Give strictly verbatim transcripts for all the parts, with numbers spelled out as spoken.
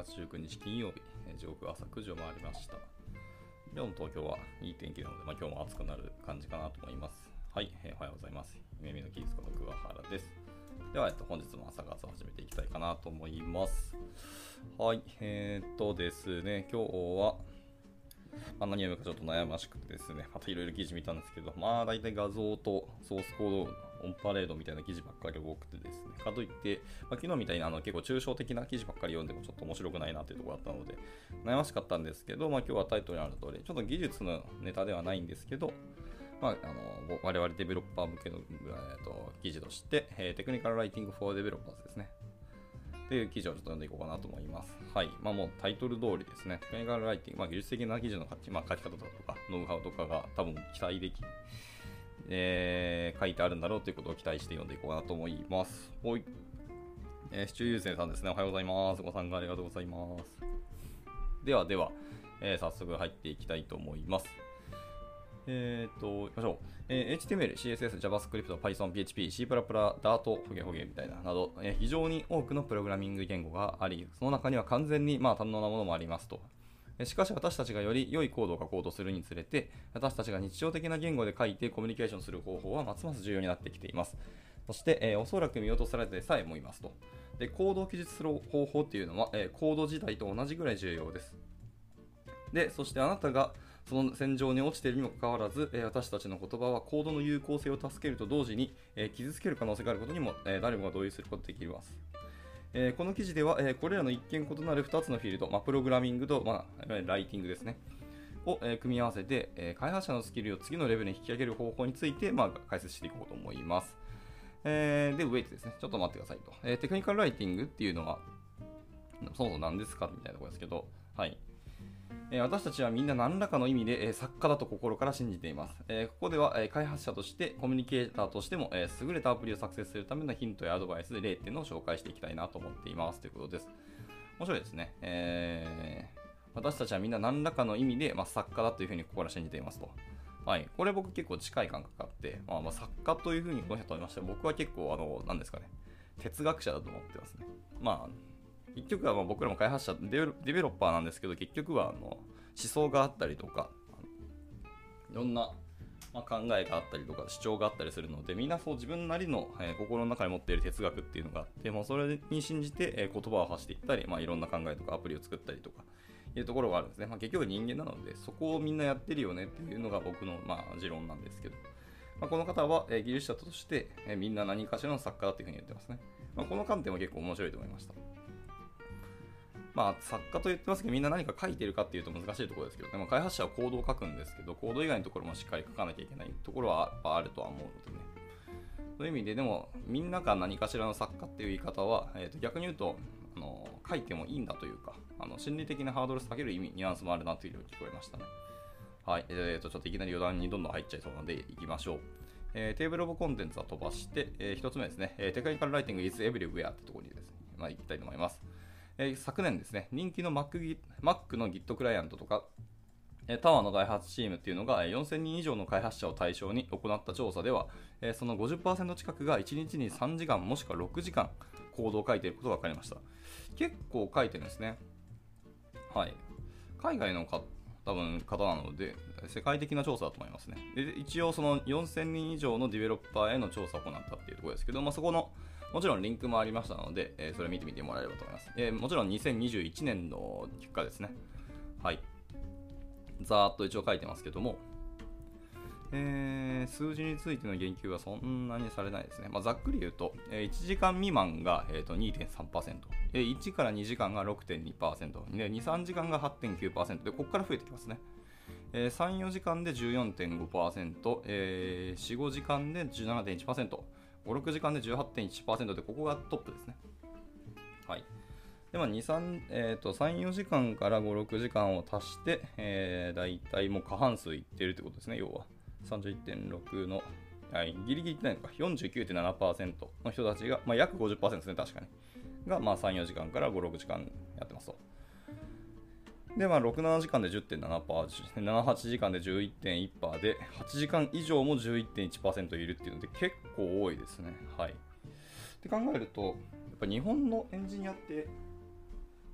つじゅうくにち金曜日、時刻は朝くじを回りました。今日の東京はいい天気なので、まあ、今日も暑くなる感じかなと思います。はい、えー、おはようございます。夢見のキリストの桑原です。では、えっと、本日も朝活を始めていきたいかなと思います。はい、えー、っとですね、今日は、まあ、何を読むかちょっと悩ましくてですね、またいろいろ記事見たんですけど、まあ大体画像とソースコードオンパレードみたいな記事ばっかり多くてですね、かといって、まあ、昨日みたいなあの結構抽象的な記事ばっかり読んでもちょっと面白くないなというところだったので、悩ましかったんですけど、まあ今日はタイトルにある通り、ちょっと技術のネタではないんですけど、まあ、あの我々デベロッパー向けの、えー、と記事として、えー、テクニカルライティングフォーデベロッパーズですね。という記事をちょっと読んでいこうかなと思います。はい。まあもうタイトル通りですね。テクニカルライティング、まあ技術的な記事の書き、まあ、書き方とか、ノウハウとかが多分期待でき、えー、書いてあるんだろうということを期待して読んでいこうかなと思います。ほい。えー、シチューユーゼンさんですね。おはようございます。ご参加ありがとうございます。ではでは、えー、早速入っていきたいと思います。えー、っと、行きましょう。えー、エイチティーエムエル、シーエスエス、JavaScript、Python、ピーエイチピー、C++、Dart、ホゲホゲみたいななど、えー、非常に多くのプログラミング言語があり、その中には完全にまあ堪能なものもありますと。しかし私たちがより良いコードを書こうとするにつれて、私たちが日常的な言語で書いてコミュニケーションする方法はますます重要になってきています。そして、えー、おそらく見落とされてさえもいますと。で、コードを記述する方法っていうのは、えー、コード自体と同じぐらい重要です。で、そしてあなたがその戦場に落ちているにもかかわらず、えー、私たちの言葉はコードの有効性を助けると同時に、えー、傷つける可能性があることにも、えー、誰もが同意することができます。えー、この記事では、えー、これらの一見異なるふたつのフィールド、まあ、プログラミングと、まあ、ライティングですね、を、えー、組み合わせて、えー、開発者のスキルを次のレベルに引き上げる方法について、まあ、解説していこうと思います。えー、で、ウェイトですね。ちょっと待ってくださいと。えー、テクニカルライティングっていうのは、そもそも何ですかみたいなところですけど、はい。私たちはみんな何らかの意味で作家だと心から信じています。ここでは開発者としてコミュニケーターとしても優れたアプリを作成するためのヒントやアドバイスで例っていうのを紹介していきたいなと思っていますということです。面白いですね。えー、私たちはみんな何らかの意味で、まあ、作家だというふうに心から信じていますと。はい、これ僕結構近い感覚があって、まあ、まあ作家というふうにこの人と思いまして、僕は結構あの何ですかね、哲学者だと思ってますね。まあ結局はまあ僕らも開発者デベロッパーなんですけど、結局はあの思想があったりとかいろんなまあ考えがあったりとか主張があったりするので、みんなそう自分なりのえ心の中に持っている哲学っていうのがあって、もうそれに信じてえ言葉を発していったり、まあ、いろんな考えとかアプリを作ったりとかいうところがあるんですね。まあ、結局人間なのでそこをみんなやってるよねっていうのが僕のまあ持論なんですけど、まあ、この方はえ技術者としてえみんな何かしらの作家だというふうに言ってますね。まあ、この観点は結構面白いと思いました。まあ、作家と言ってますけど、みんな何か書いてるかっていうと難しいところですけど、でも開発者はコードを書くんですけど、コード以外のところもしっかり書かなきゃいけないところはあるとは思うのでね。そういう意味で、でも、みんなが何かしらの作家っていう言い方は、えー、と逆に言うとあの、書いてもいいんだというか、あの心理的なハードル下げる意味、ニュアンスもあるなというように聞こえましたね。はい、えーと、ちょっといきなり余談にどんどん入っちゃいそうなので、いきましょう。えー、テーブルオブコンテンツは飛ばして、えー、ひとつめですね、えー、テクニカルライティング is everywhere ってところにですね、まあ、行きたいと思います。えー、昨年ですね、人気の Mac, Mac の Git クライアントとか、えー、タワーの開発チームっていうのがよんせんにん以上の開発者を対象に行った調査では、えー、その ごじゅっパーセント 近くがいちにちにさんじかんもしくはろくじかんコードを書いていることが分かりました。結構書いてるんですね。はい。海外のか多分方なので、世界的な調査だと思いますね。で一応そのよんせんにん以上のディベロッパーへの調査を行ったっていうところですけど、まあ、そこのもちろんリンクもありましたので、えー、それ見てみてもらえればと思います。えー、もちろんにせんにじゅういちねんの結果ですね。はい。ざーっと一応書いてますけども、えー、数字についての言及はそんなにされないですね。まあ、ざっくり言うと、えー、いちじかん未満が、えー、と にてんさんパーセント、えー、いちからにじかんが ろくてんにパーセント、でに、さんじかんが はちてんきゅうパーセント で、ここから増えてきますね。えー、さん、よじかんで じゅうよんてんごパーセント、えー、よん、ごじかんで じゅうななてんいちパーセント、ご、ろくじかんで じゅうはちてんいちパーセント で、ここがトップですね。はい。で、まあ、に、さん、えーと、さん、よじかんからご、ろくじかんを足して、えー、だいたいもう過半数いってるってことですね、要は。さんじゅういってんろく の、はい、ギリギリいってないのか、よんじゅうきゅうてんななパーセント の人たちが、まあ、約 ごじゅっパーセント ですね、確かに。が、まあ、さん、よじかんからご、ろくじかんやってますと。で、まあ、ろく、ななじかんで じゅってんななパーセント、なな、はちじかんで じゅういってんいちパーセント で、はちじかん以上も じゅういってんいちパーセント いるっていうので、結構多いですね。はい。って考えると、やっぱ日本のエンジニアって、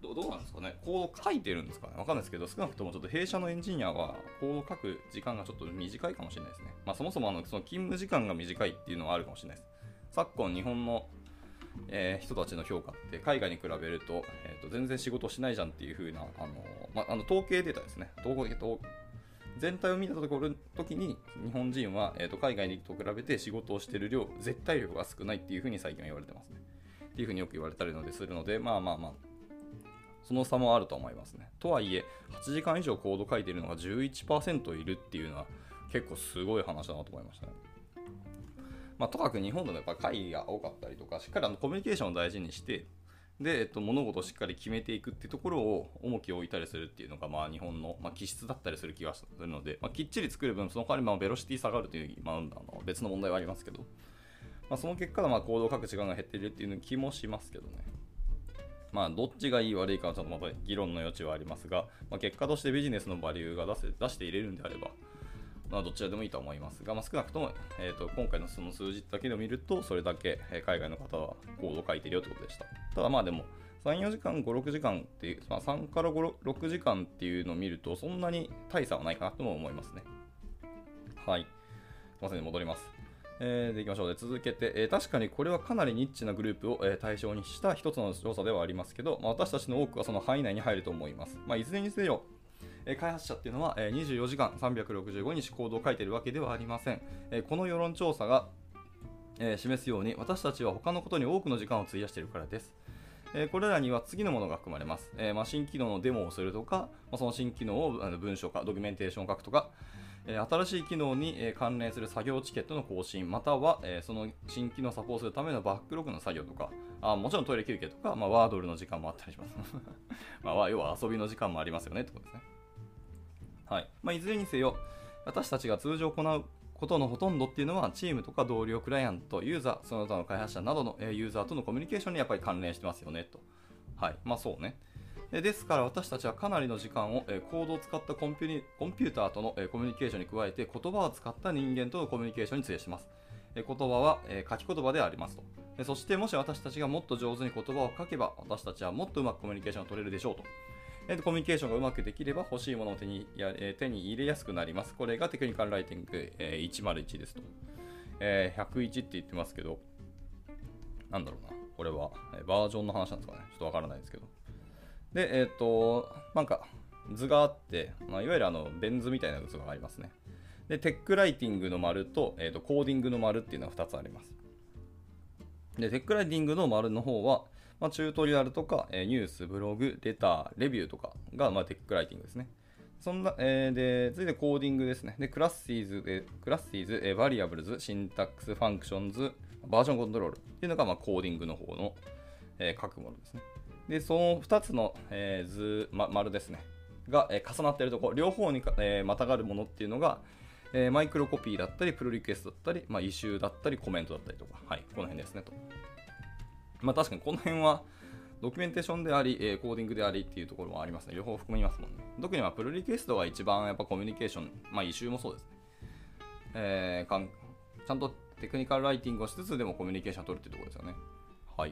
どどうなんですかね、コード書いてるんですかね、わかんないですけど、少なくともちょっと弊社のエンジニアはコード書く時間がちょっと短いかもしれないですね。まあ、そもそもあのその勤務時間が短いっていうのはあるかもしれないです。昨今、日本の、えー人たちの評価って海外に比べると、えーと全然仕事しないじゃんっていう風な、あのまあ、あの統計データですね。統計統全体を見たところ時に日本人は、えーと海外と比べて仕事をしている量、絶対量が少ないっていう風に最近は言われてますね。っていう風によく言われたりのでするので、まあまあまあ、その差もあると思いますね。とはいえ、はちじかん以上コード書いているのが じゅういちパーセント いるっていうのは結構すごい話だなと思いましたね。まあ、とかく日本でもやっぱ会議が多かったりとか、しっかりあのコミュニケーションを大事にして、で、えっと、物事をしっかり決めていくっていうところを重きを置いたりするっていうのが、まあ、日本の、まあ、気質だったりする気がするので、まあ、きっちり作る分、その代わりまあベロシティ下がるという、まあ、あの別の問題はありますけど、まあ、その結果まあコードを書く時間が減っているっていう気もしますけどね。まあ、どっちがいい悪いかはちょっとまた議論の余地はありますが、まあ、結果としてビジネスのバリューが出せ出して入れるんであれば、まあ、どちらでもいいと思いますが、まあ、少なくとも、えーと、今回のその数字だけで見ると、それだけ海外の方はコードを書いてるよということでした。ただまあでも、さん、よじかん、ご、ろくじかんっていう、まあ、さんからご、ろくじかんっていうのを見ると、そんなに大差はないかなとも思いますね。はい。すみません、戻ります。えー、でいきましょう。で続けて、えー、確かにこれはかなりニッチなグループを、えー、対象にした一つの調査ではありますけど、まあ、私たちの多くはその範囲内に入ると思います。まあ、いずれにせよ、えー、開発者っていうのは、えー、にじゅうよじかんさんびゃくろくじゅうごにちコードを書いているわけではありません。えー、この世論調査が、えー、示すように、私たちは他のことに多くの時間を費やしているからです。えー、これらには次のものが含まれます。えーまあ、新機能のデモをするとか、まあ、その新機能をあの文章化、ドキュメンテーションを書くとか、新しい機能に関連する作業チケットの更新、またはその新機能をサポートするためのバックログの作業とか、あもちろんトイレ休憩とか、まあ、ワードルの時間もあったりします。まあ、要は遊びの時間もありますよねってことですね。はいまあ、いずれにせよ、私たちが通常行うことのほとんどっていうのは、チームとか同僚、クライアント、ユーザー、その他の開発者などのユーザーとのコミュニケーションにやっぱり関連してますよねと。はい、まあそうね。ですから私たちはかなりの時間をコードを使ったコンピュコンピューターとのコミュニケーションに加えて、言葉を使った人間とのコミュニケーションに費やします。言葉は書き言葉でありますと。そしてもし私たちがもっと上手に言葉を書けば、私たちはもっとうまくコミュニケーションを取れるでしょうと。コミュニケーションがうまくできれば欲しいものを手にや手に入れやすくなります。これがテクニカルライティングいちまるいちですと。ひゃくいちって言ってますけど、なんだろうな、これはバージョンの話なんですかね。ちょっとわからないですけど。で、えっと、なんか図があって、まあ、いわゆるあのベン図みたいな図がありますね。で、テックライティングの丸と、えっと、コーディングの丸っていうのがふたつあります。で、テックライティングの丸の方は、まあ、チュートリアルとか、えー、ニュース、ブログ、レター、レビューとかが、まあ、テックライティングですね。そんな、えー、で、続いてコーディングですね。で、クラッシーズ、えクラッシーズ、えー、バリアブルズ、シンタックス、ファンクションズ、バージョンコントロールっていうのが、まあ、コーディングの方の、えー、書くものですね。で、そのふたつの、えー、図、ま、丸ですね。が、えー、重なっているところ、両方にか、えー、またがるものっていうのが、えー、マイクロコピーだったり、プロリクエストだったり、まあ、イシューだったり、コメントだったりとか、はい、この辺ですねと。まあ、確かにこの辺は、ドキュメンテーションであり、えー、コーディングでありっていうところもありますね。両方含みますもんね。特にはプロリクエストが一番やっぱコミュニケーション、まあ、イシューもそうですね。えー、かんちゃんとテクニカルライティングをしつつでもコミュニケーションを取るっていうところですよね。はい。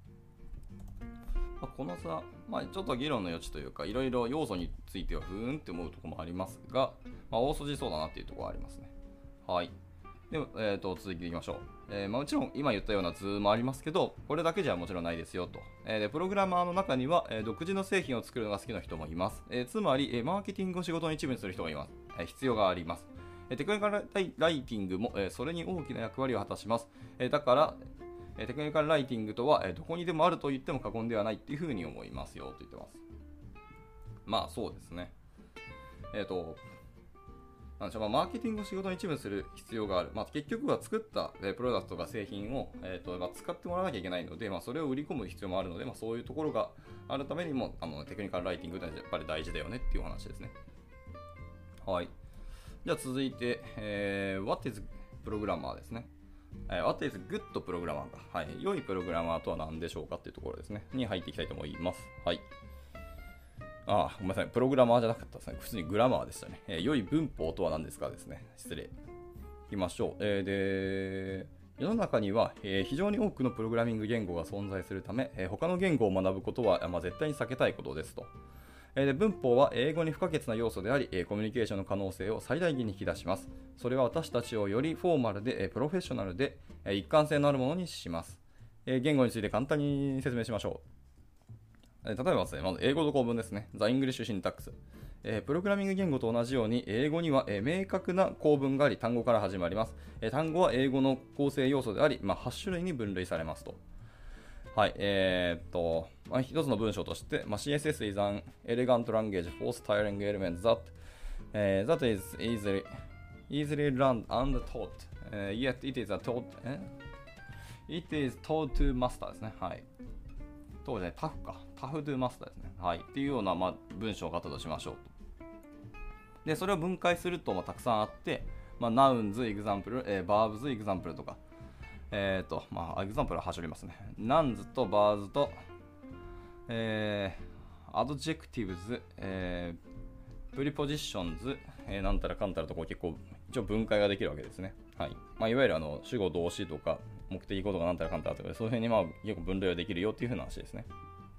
まあ、このさ、まあ、ちょっと議論の余地というか、いろいろ要素についてはふーんって思うところもありますが、まあ、大筋そうだなっていうところはありますね。はい。で、えー、と続いていきましょう。えーまあ、もちろん今言ったような図もありますけど、これだけじゃもちろんないですよと。えー、でプログラマーの中には、えー、独自の製品を作るのが好きな人もいます。えー、つまり、えー、マーケティングを仕事の一部にする人がいます。えー、必要があります。えー、テクニカルライティングも、えー、それに大きな役割を果たします。えー、だから、えー、テクニカルライティングとは、えー、どこにでもあると言っても過言ではないっていうふうに思いますよと言ってます。まあそうですね。えっ、ー、と、なんでしょう、まあ、マーケティングを仕事の一部にする必要がある。まあ、結局は作った、えー、プロダクトとか製品を、えーとまあ、使ってもらわなきゃいけないので、まあ、それを売り込む必要もあるので、まあ、そういうところがあるためにもあのテクニカルライティングってやっぱり大事だよねっていうお話ですね。はい。じゃあ続いて、えー、What is Programmer ですね。えー、What is good Programmer か。はい。良いプログラマーとは何でしょうかっていうところですね。に入っていきたいと思います。はい。ああ、ごめんなさい。プログラマーじゃなかったですね。普通にグラマーでしたね。えー、良い文法とは何ですかですね。失礼。いきましょう。えー、で、 世の中には、えー非常に多くのプログラミング言語が存在するため、えー他の言語を学ぶことは、まあ、絶対に避けたいことですと。えーで文法は英語に不可欠な要素であり、えーコミュニケーションの可能性を最大限に引き出します。それは私たちをよりフォーマルで、えープロフェッショナルで、えー一貫性のあるものにします。えー言語について簡単に説明しましょう。えー例えばですね、まず英語の構文ですね。The English Syntax。えープログラミング言語と同じように、英語には、えー明確な構文があり、単語から始まります。えー単語は英語の構成要素であり、まあ、はち種類に分類されますと。はい、えー、っと、まあ、一つの文章として、まあ、シーエスエス is an elegant language for styling elements that,、えー that is easily, easily learned and taught、えー yet it is a taught, え it is taught to master ですね。はい。当時ね、タフか。タフ to master ですね。はい。っていうような、まあ、文章があったとしましょうと。で、それを分解すると、まあ、たくさんあって、まあ、nouns, example、えー、verbs, example とか、えっ、ー、と、まあ、example ははしょりますね。nouns と verbs と、えー、adjectives、えー、prepositions、えー、なんたらかんたらとこう結構、一応分解ができるわけですね。はい。まあ、いわゆるあの主語動詞とか、目的語とかなんたらかんたらとかで、そういうふうにまあ結構分類はできるよっていうふうな話ですね。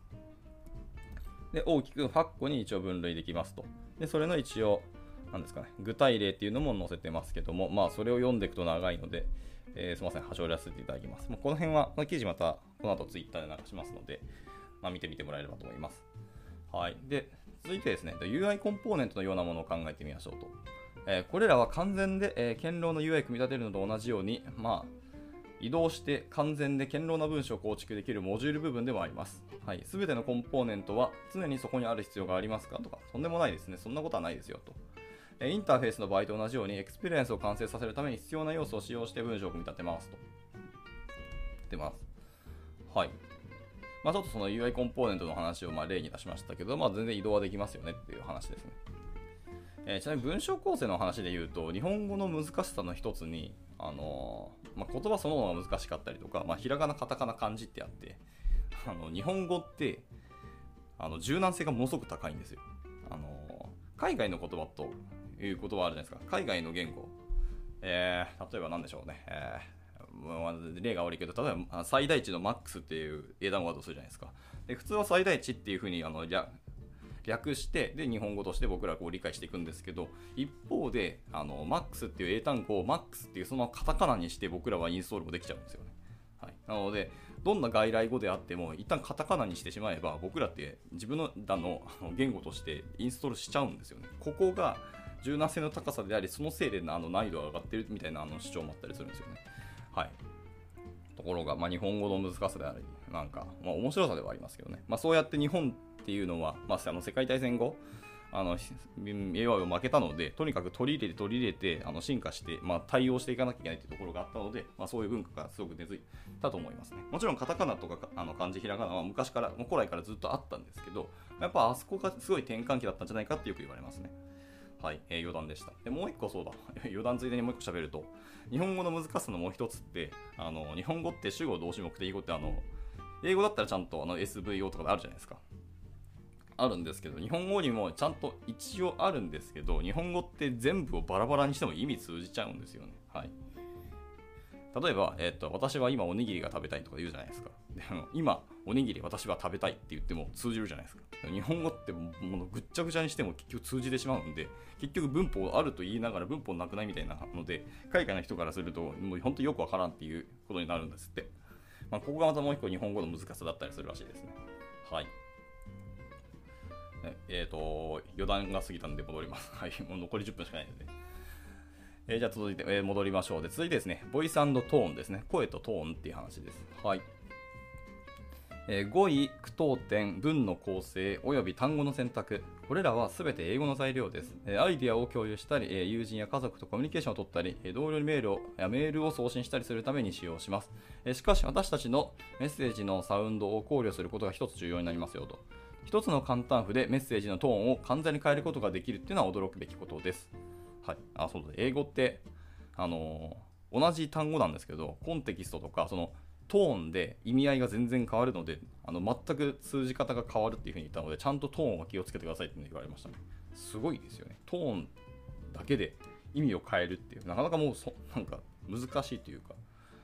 で、大きくはち個に一応分類できますと。で、それの一応、なんですかね、具体例っていうのも載せてますけども、まあ、それを読んでいくと長いので、えー、すみません、端折らせていただきます。もうこの辺は、この記事またこの後ツイッターで流しますので、まあ、見てみてもらえればと思います。はい。で、続いてですね、ユーアイ コンポーネントのようなものを考えてみましょうと。えー、これらは完全で、えー、堅牢の ユーアイ を組み立てるのと同じように、まあ、移動して完全で堅牢な文章を構築できるモジュール部分でもあります。はい。すべてのコンポーネントは常にそこにある必要がありますかとか、とんでもないですね。そんなことはないですよと。インターフェースの場合と同じようにエクスペリエンスを完成させるために必要な要素を使用して文章を組み立てますと。出ます。はい。まあ、ちょっとその ユーアイ コンポーネントの話をまあ例に出しましたけど、まあ、全然移動はできますよねっていう話ですね。えー、ちなみに文章構成の話で言うと、日本語の難しさの一つに、あのーまあ、言葉そのものが難しかったりとか、まあ、ひらがな、カタカナ、漢字ってあって、あの日本語ってあの柔軟性がものすごく高いんですよ。あのー、海外の言葉ということはあるじゃないですか。海外の言語。えー、例えば何でしょうね。えー、例が悪いけど、例えば最大値のマックスっていう英単語だとするじゃないですか。で普通は最大値っていうふうにあの略してで日本語として僕らこう理解していくんですけど、一方であのマックスっていう英単語をマックスっていうそのカタカナにして僕らはインストールもできちゃうんですよね。はい、なのでどんな外来語であっても一旦カタカナにしてしまえば僕らって自分のらの言語としてインストールしちゃうんですよね。ここが柔軟性の高さであり、そのせいであの難易度が上がってるみたいなあの主張もあったりするんですよね。はい。ところが、まあ、日本語の難しさであり、なんか、まあ、面白さではありますけどね。まあ、そうやって日本っていうのは、まあ、あの世界大戦後、あの、エーアイ を負けたので、とにかく取り入れて取り入れて、あの進化して、まあ、対応していかなきゃいけないというところがあったので、まあ、そういう文化がすごく根付いたと思いますね。もちろん、カタカナとかあの漢字、ひらがなは昔から、もう古来からずっとあったんですけど、やっぱあそこがすごい転換期だったんじゃないかってよく言われますね。はい、えー、余談でした。で、もう一個そうだ。余談ついでにもう一個喋ると、日本語の難しさのもう一つって、あの、日本語って主語、動詞、目的語って、あの、英語だったらちゃんとあの エスブイオー とかであるじゃないですか。あるんですけど、日本語にもちゃんと一応あるんですけど、日本語って全部をバラバラにしても意味通じちゃうんですよね。はい。例えば、えっと、私は今おにぎりが食べたいとか言うじゃないですか。で今、おにぎり私は食べたいって言っても通じるじゃないですか。日本語ってもうぐっちゃぐちゃにしても結局通じてしまうんで、結局文法あると言いながら文法なくないみたいなので、海外の人からするともう本当によくわからんっていうことになるんですって。まあ、ここがまたもう一個日本語の難しさだったりするらしいですね。はい。えっ、ー、と、余談が過ぎたんで戻ります。はい。もう残りじゅっぷんしかないので。えー、じゃあ続いて、えー、戻りましょう。で、続いてですね、ボイス&トーンですね。声とトーンっていう話です。はい。えー、語彙、句読点、文の構成、および単語の選択。これらはすべて英語の材料です。えー、アイディアを共有したり、えー、友人や家族とコミュニケーションを取ったり、えー、同僚にメールをやメールを送信したりするために使用します。えー、しかし、私たちのメッセージのサウンドを考慮することが一つ重要になりますよと。一つの簡単符でメッセージのトーンを完全に変えることができるっていうのは驚くべきことです。はい。あ、そうだ。英語って、あのー、同じ単語なんですけど、コンテキストとか、その、トーンで意味合いが全然変わるので、あの全く通じ方が変わるっていうふうに言ったので、ちゃんとトーンは気をつけてくださいって言われましたね。すごいですよね。トーンだけで意味を変えるっていう、なかなかもうそなんか難しいというか、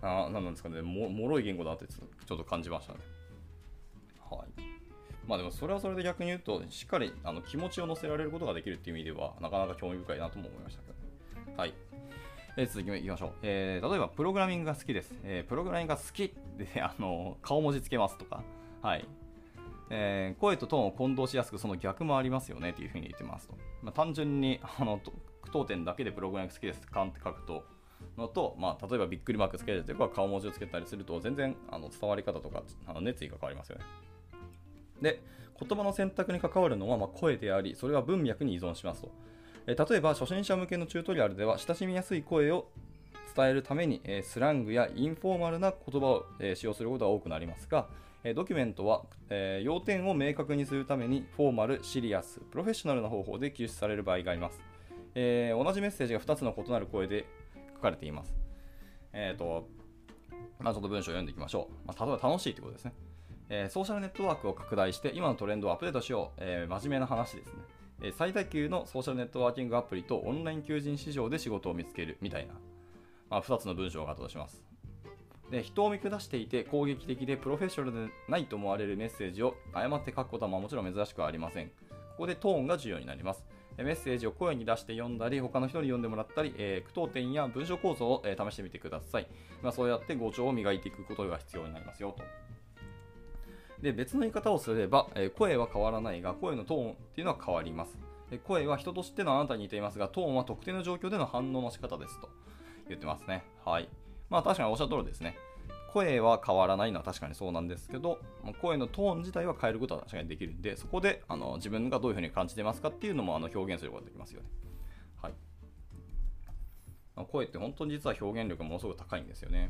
あなんなんですかね、ももろい言語だってちょっと感じましたね。はい。まあでもそれはそれで逆に言うと、しっかりあの気持ちを乗せられることができるっていう意味では、なかなか興味深いなとも思いましたけどね。はい。えー、続きいきましょう。えー、例えば、プログラミングが好きです。えー、プログラミングが好きで、あの顔文字つけますとか、はい。えー、声とトーンを混同しやすく、その逆もありますよねっていうふうに言ってますと。まあ、単純にあの句読点だけでプログラミング好きですかんって書くと、のと、まあ、例えばびっくりマークつけたりとか顔文字をつけたりすると全然あの伝わり方とかあの熱意が変わりますよね。で、言葉の選択に関わるのはまあ声であり、それは文脈に依存しますと。えー、例えば初心者向けのチュートリアルでは親しみやすい声を伝えるために、えー、スラングやインフォーマルな言葉を、えー、使用することが多くなりますが、えー、ドキュメントは、えー、要点を明確にするためにフォーマル、シリアス、プロフェッショナルな方法で記述される場合があります。えー、同じメッセージがふたつの異なる声で書かれています。えっ、ー、と、まあ、ちょっと文章を読んでいきましょう。まあ、例えば楽しいということですね。えー、ソーシャルネットワークを拡大して今のトレンドをアップデートしよう。えー、真面目な話ですね。えー、最大級のソーシャルネットワーキングアプリとオンライン求人市場で仕事を見つけるみたいな、まあ、ふたつの文章があったとします。で、人を見下していて攻撃的でプロフェッショナルでないと思われるメッセージを誤って書くことはもちろん珍しくはありません。ここでトーンが重要になります。メッセージを声に出して読んだり、他の人に読んでもらったり、えー、句読点や文章構造を、えー、試してみてください。まあ、そうやって語調を磨いていくことが必要になりますよと。で、別の言い方をすれば、えー、声は変わらないが、声のトーンっていうのは変わります。で、声は人としてのあなたに似ていますが、トーンは特定の状況での反応の仕方ですと言ってますね。はい。まあ確かにおっしゃる通りですね。声は変わらないのは確かにそうなんですけど、声のトーン自体は変えることは確かにできるんで、そこであの自分がどういうふうに感じてますかっていうのもあの表現することができますよね。はい。声って本当に実は表現力がものすごく高いんですよね。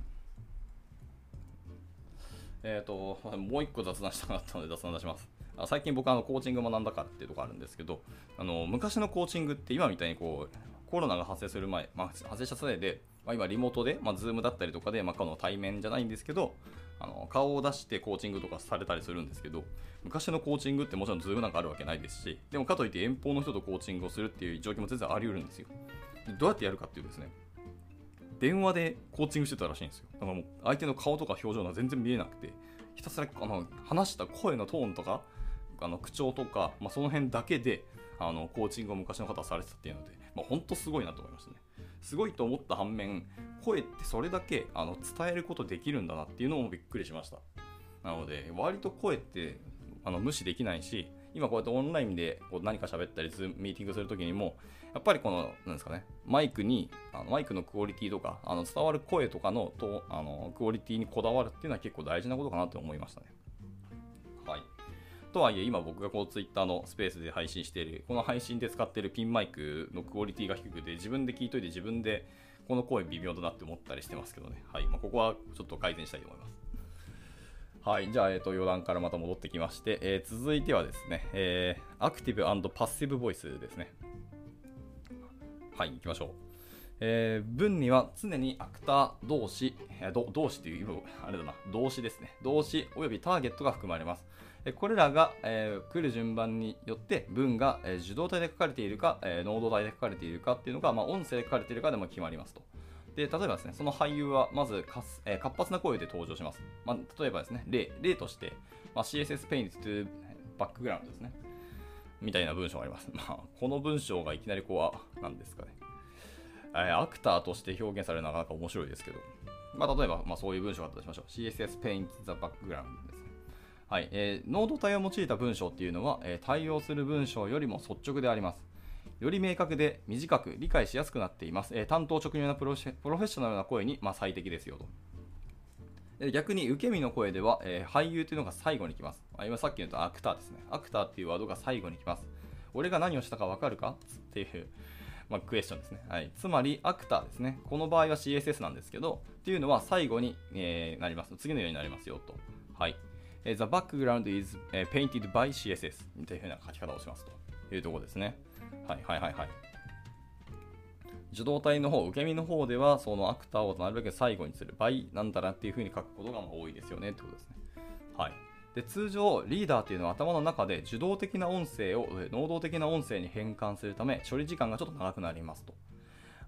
えっ、ー、と、もう一個雑談したかったので雑談出します。あ最近僕はあのコーチング学んだからっていうところあるんですけど、あの昔のコーチングって今みたいにこうコロナが発生する前、まあ、発生した際で、まあ、今リモートで、まあ、Zoom だったりとかで、まあ、この対面じゃないんですけど、あの顔を出してコーチングとかされたりするんですけど、昔のコーチングってもちろん Zoom なんかあるわけないですし、でもかといって遠方の人とコーチングをするっていう状況も全然あり得るんですよ。でどうやってやるかっていうとですね、電話でコーチングしてたらしいんですよ。だからもう相手の顔とか表情が全然見えなくて、ひたすらあの話した声のトーンとかあの口調とか、まあ、その辺だけであのコーチングを昔の方はされてたっていうので、まあ、本当すごいなと思いましたね。すごいと思った反面、声ってそれだけあの伝えることできるんだなっていうのもびっくりしました。なので割と声ってあの無視できないし、今こうやってオンラインでこう何か喋ったりズームミーティングするときにもやっぱりこのなんですかね、マイクにあのマイクのクオリティとかあの伝わる声とかのとあのクオリティにこだわるっていうのは結構大事なことかなと思いましたね。はい。とはいえ今僕がこうツイッターのスペースで配信しているこの配信で使っているピンマイクのクオリティが低くて自分で聞いといて自分でこの声微妙だなって思ったりしてますけどね。はい。まあ、ここはちょっと改善したいと思います。はい。じゃあ、えっと、余談からまた戻ってきまして、えー、続いてはですね、えー、アクティブ&パッシブボイスですね。はい、行きましょう。えー、文には常にアクター、動詞、えー、動詞という、あれだな、動詞ですね。動詞およびターゲットが含まれます。えー、これらが、えー、来る順番によって文が、えー、受動体で書かれているか、えー、能動体で書かれているかっていうのが、まあ、音声で書かれているかでも決まりますと。で、例えばですね、その俳優はまずかす、えー、活発な声で登場します。まあ、例えばですね、例、例として、まあ、シーエスエス Paint to Background ですね。みたいな文章があります。まあ、この文章がいきなりこう、なんですかね。えー、アクターとして表現されるのはなかなか面白いですけど、まあ、例えば、まあ、そういう文章があったとしましょう。シーエスエス Paint the Background ですね。はい。えー、ノード体を用いた文章っていうのは、えー、対応する文章よりも率直であります。より明確で短く理解しやすくなっています。えー、担当直入なプロフェッショナルな声に、まあ、最適ですよと。逆に受け身の声では、えー、俳優というのが最後に来ます。まあ、今さっき言ったアクターですね。アクターっていうワードが最後に来ます。俺が何をしたか分かるかっていう、まあ、クエスチョンですね。はい。つまりアクターですね。この場合は シーエスエス なんですけど、っていうのは最後に、えー、なります。次のようになりますよと。はい。The background is painted by シーエスエス というふうな書き方をしますというところですね。はいはいはいはい。受動体の方、受け身の方では、そのアクターをなるべく最後にする、by なんだらっていう風に書くことが多いですよねってことですね。はい。で、通常、リーダーっていうのは頭の中で受動的な音声を能動的な音声に変換するため、処理時間がちょっと長くなりますと。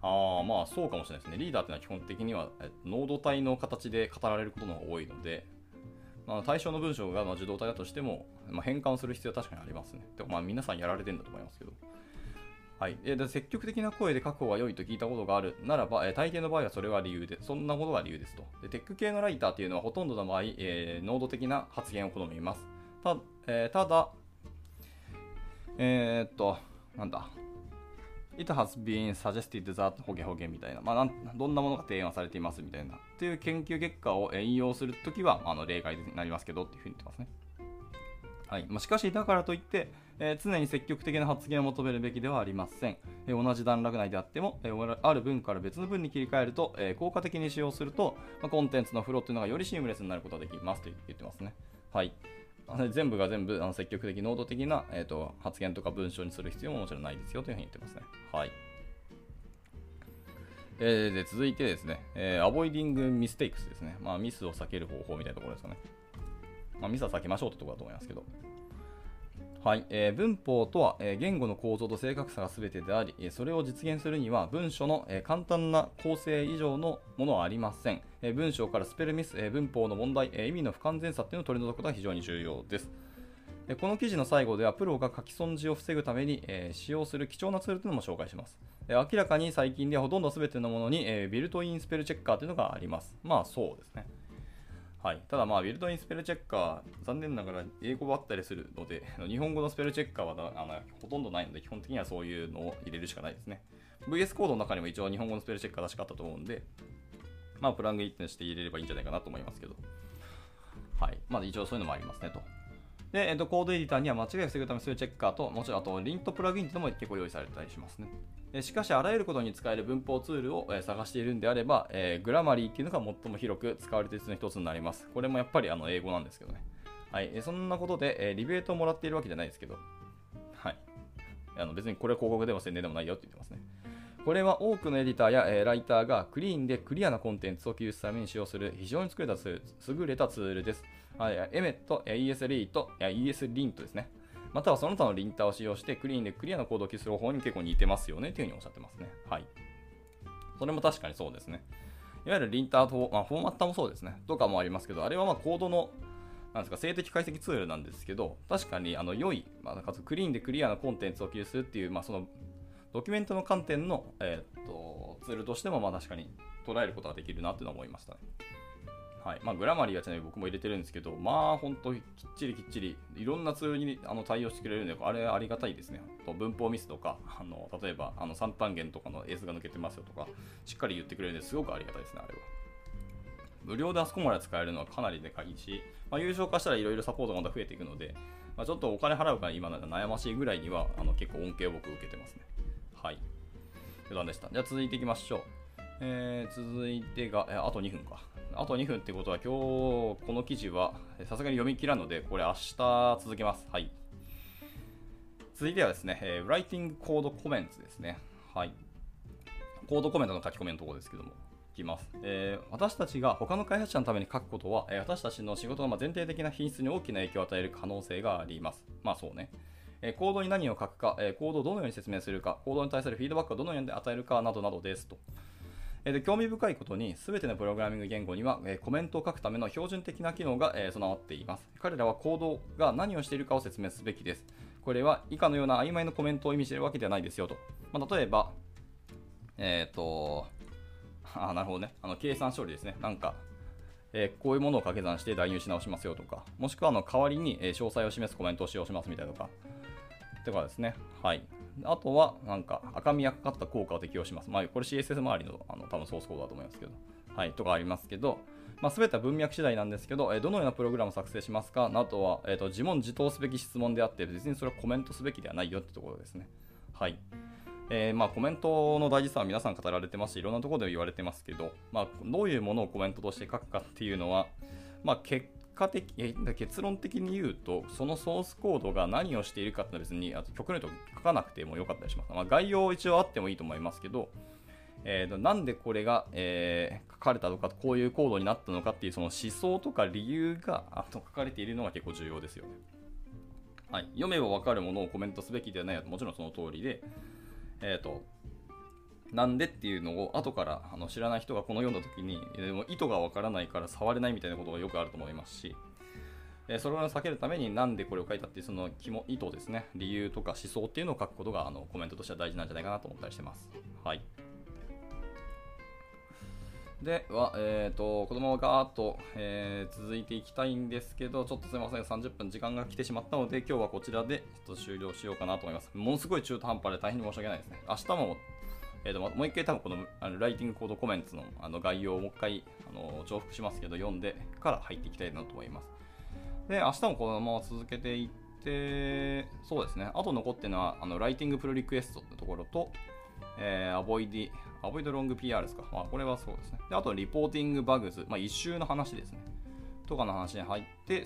ああ、まあそうかもしれないですね。リーダーっていうのは基本的には、えノード体の形で語られることの方が多いので、まあ、対象の文章がまあ受動体だとしても、まあ、変換する必要は確かにありますね。てかまあ皆さんやられてるんだと思いますけど。はい。で積極的な声で書く方が良いと聞いたことがあるならば、え大抵の場合はそれが理由で、そんなことが理由ですと。でテック系のライターっていうのはほとんどの場合、えー、ノード的な発言を好みます。た,、えー、ただ、えー、っと、なんだ。It has been suggested that ホゲホゲみたいな、まあ、なんどんなものが提案されていますみたいなっていう研究結果を引用するときは、あの例外になりますけどっていうふうに言ってますね。はいまあ、しかし、だからといって、えー、常に積極的な発言を求めるべきではありません。えー、同じ段落内であっても、えー、ある文から別の文に切り替えると、えー、効果的に使用すると、まあ、コンテンツのフローというのがよりシームレスになることができますと言ってますね。はい。全部が全部あの積極的、能動的な、えー、と発言とか文章にする必要ももちろんないですよというふうに言ってますね。はい。えー、で続いてですね、えー、Avoiding Mistakes ですね。まあ、ミスを避ける方法みたいなところですかね。まあ、ミスは避けましょうってところだと思いますけど。はい、えー、文法とは、えー、言語の構造と正確さが全てであり、それを実現するには文書の、えー、簡単な構成以上のものはありません。えー、文章からスペルミス、えー、文法の問題、えー、意味の不完全さっていうのを取り除くことが非常に重要です。えー、この記事の最後ではプロが書き損じを防ぐために、えー、使用する貴重なツールというのも紹介します。えー、明らかに最近ではほとんど全てのものに、えー、ビルトインスペルチェッカーというのがあります。まあそうですね。はい、ただ、まあ、ビルトインスペルチェッカー、残念ながら英語ばあったりするので、日本語のスペルチェッカーはあのほとんどないので、基本的にはそういうのを入れるしかないですね。ブイエス コードの中にも一応日本語のスペルチェッカー確かあったと思うんで、まあ、プラグインして入れればいいんじゃないかなと思いますけど、はい。まあ、一応そういうのもありますねと。で、えっと、コードエディターには間違いを防ぐためのスペルチェッカーと、もちろんあと、リントプラグインというのも結構用意されたりしますね。しかし、あらゆることに使える文法ツールを探しているんであれば、えー、グラマリーっていうのが最も広く使われているの一つになります。これもやっぱりあの英語なんですけどね。はい。そんなことで、えー、リベートをもらっているわけじゃないですけど、はい。あの別にこれは広告でも宣伝でもないよって言ってますね。これは多くのエディターや、えー、ライターがクリーンでクリアなコンテンツを記述するために使用する非常に作れたツール、優れたツールです。はい、エメット、イーエスリー と イーエスリントですね。またはその他のリンターを使用してクリーンでクリアなコードを記述する方法に結構似てますよねというふうにおっしゃってますね。はい。それも確かにそうですね。いわゆるリンターと、まあ、フォーマッターもそうですね。とかもありますけど、あれはまあコードのなんですか静的解析ツールなんですけど、確かにあの良い、まあ、かつクリーンでクリアなコンテンツを記述するっていう、まあ、そのドキュメントの観点の、えー、っとツールとしてもまあ確かに捉えることができるなというのは思いましたね。はいまあ、グラマリーはちなみに僕も入れてるんですけど、まあ本当きっちりきっちりいろんなツールにあの対応してくれるので、あれありがたいですね。文法ミスとか、あの例えばあの三単元とかのエースが抜けてますよとか、しっかり言ってくれるのですごくありがたいですね、あれは。無料であそこまで使えるのはかなりでかいし、まあ、有償化したらいろいろサポートがまた増えていくので、まあ、ちょっとお金払うから今悩ましいぐらいにはあの結構恩恵を僕受けてますね。はい。余談でした。じゃあ続いていきましょう。えー、続いてが、えあとにふんか。あとにふんってことは今日この記事はさすがに読み切らんので、これ明日続けます。はい。続いてはですね、えー、Writing Code Comments ですね。はい。コードコメントの書き込みのところですけども。いきます、えー、私たちが他の開発者のために書くことは、えー、私たちの仕事の全体的な品質に大きな影響を与える可能性があります。まあそうね。えー、コードに何を書くか、えー、コードをどのように説明するか、コードに対するフィードバックをどのように与えるかなどなどですと。えー、で興味深いことに、すべてのプログラミング言語には、えー、コメントを書くための標準的な機能が、えー、備わっています。彼らはコードが何をしているかを説明すべきです。これは以下のような曖昧なコメントを意味しているわけではないですよと。まあ、例えば、えっ、ー、と、あなるほどね。あの計算処理ですね。なんか、えー、こういうものを掛け算して代入し直しますよとか、もしくはあの代わりに、えー、詳細を示すコメントを使用しますみたいなとか、とかですね。はい。あとは、なんか、赤みがかかった効果を適用します。まあ、これ シーエスエス 周りの、あの多分ソースコードだと思いますけど、はい、とかありますけど、まあ、全ては文脈次第なんですけど、えー、どのようなプログラムを作成しますかなどは、えーと、自問自答すべき質問であって、別にそれはコメントすべきではないよってところですね。はい。えーまあ、コメントの大事さは皆さん語られてますし、いろんなところで言われてますけど、まあ、どういうものをコメントとして書くかっていうのは、まあ、結果的、結論的に言うと、そのソースコードが何をしているかってのは別に、あと極論言うと書かなくてもよかったりします。まあ、概要一応あってもいいと思いますけど、えー、となんでこれが、えー、書かれたのか、こういうコードになったのかっていうその思想とか理由があと書かれているのが結構重要ですよね。はい、読めば分かるものをコメントすべきではないともちろんその通りで、えーとなんでっていうのを後からあの知らない人がこの読んだ時に、でも意図がわからないから触れないみたいなことがよくあると思いますし、えー、それを避けるためになんでこれを書いたっていうその肝意図ですね、理由とか思想っていうのを書くことがあのコメントとしては大事なんじゃないかなと思ったりしてます。はい。では、えーと、このままガーッと、えー、続いていきたいんですけど、ちょっとすみません、さんじゅっぷん時間が来てしまったので、今日はこちらでちょっと終了しようかなと思います。ものすごい中途半端で大変に申し訳ないですね。明日も、えーと、もう一回多分このあのライティングコードコメンツのあの概要をもう一回あの重複しますけど、読んでから入っていきたいなと思います。で、明日もこのまま続けていって、そうですね、あと残ってるのは、あのライティングプルリクエストってところと、えー、アボイディ、アボイドロング ピーアール ですか。まあ、これはそうですね。で、あと、リポーティングバグズ、まあ、一周の話ですね。とかの話に入って、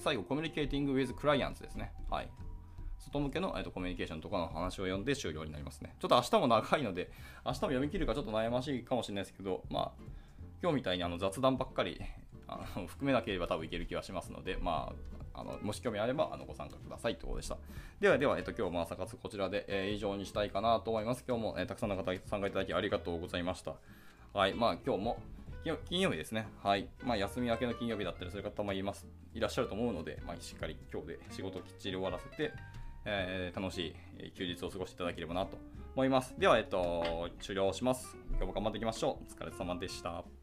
最後、コミュニケーティング with clients ですね。はい。外向けの、えー、とコミュニケーションとかの話を読んで終了になりますね。ちょっと明日も長いので、明日も読み切るかちょっと悩ましいかもしれないですけど、まあ、今日みたいにあの雑談ばっかりあの含めなければ多分いける気はしますので、まあ、あのもし興味あればあのご参加くださいということでした。では、では、えっと、今日も朝活こちらで、えー、以上にしたいかなと思います。今日も、えー、たくさんの方参加いただきありがとうございました。はい、まあ今日も金曜日ですね。はい。まあ休み明けの金曜日だったりする方もいます、いらっしゃると思うので、まあしっかり今日で仕事をきっちり終わらせて、えー、楽しい休日を過ごしていただければなと思います。では、えっと、終了します。今日も頑張っていきましょう。お疲れ様でした。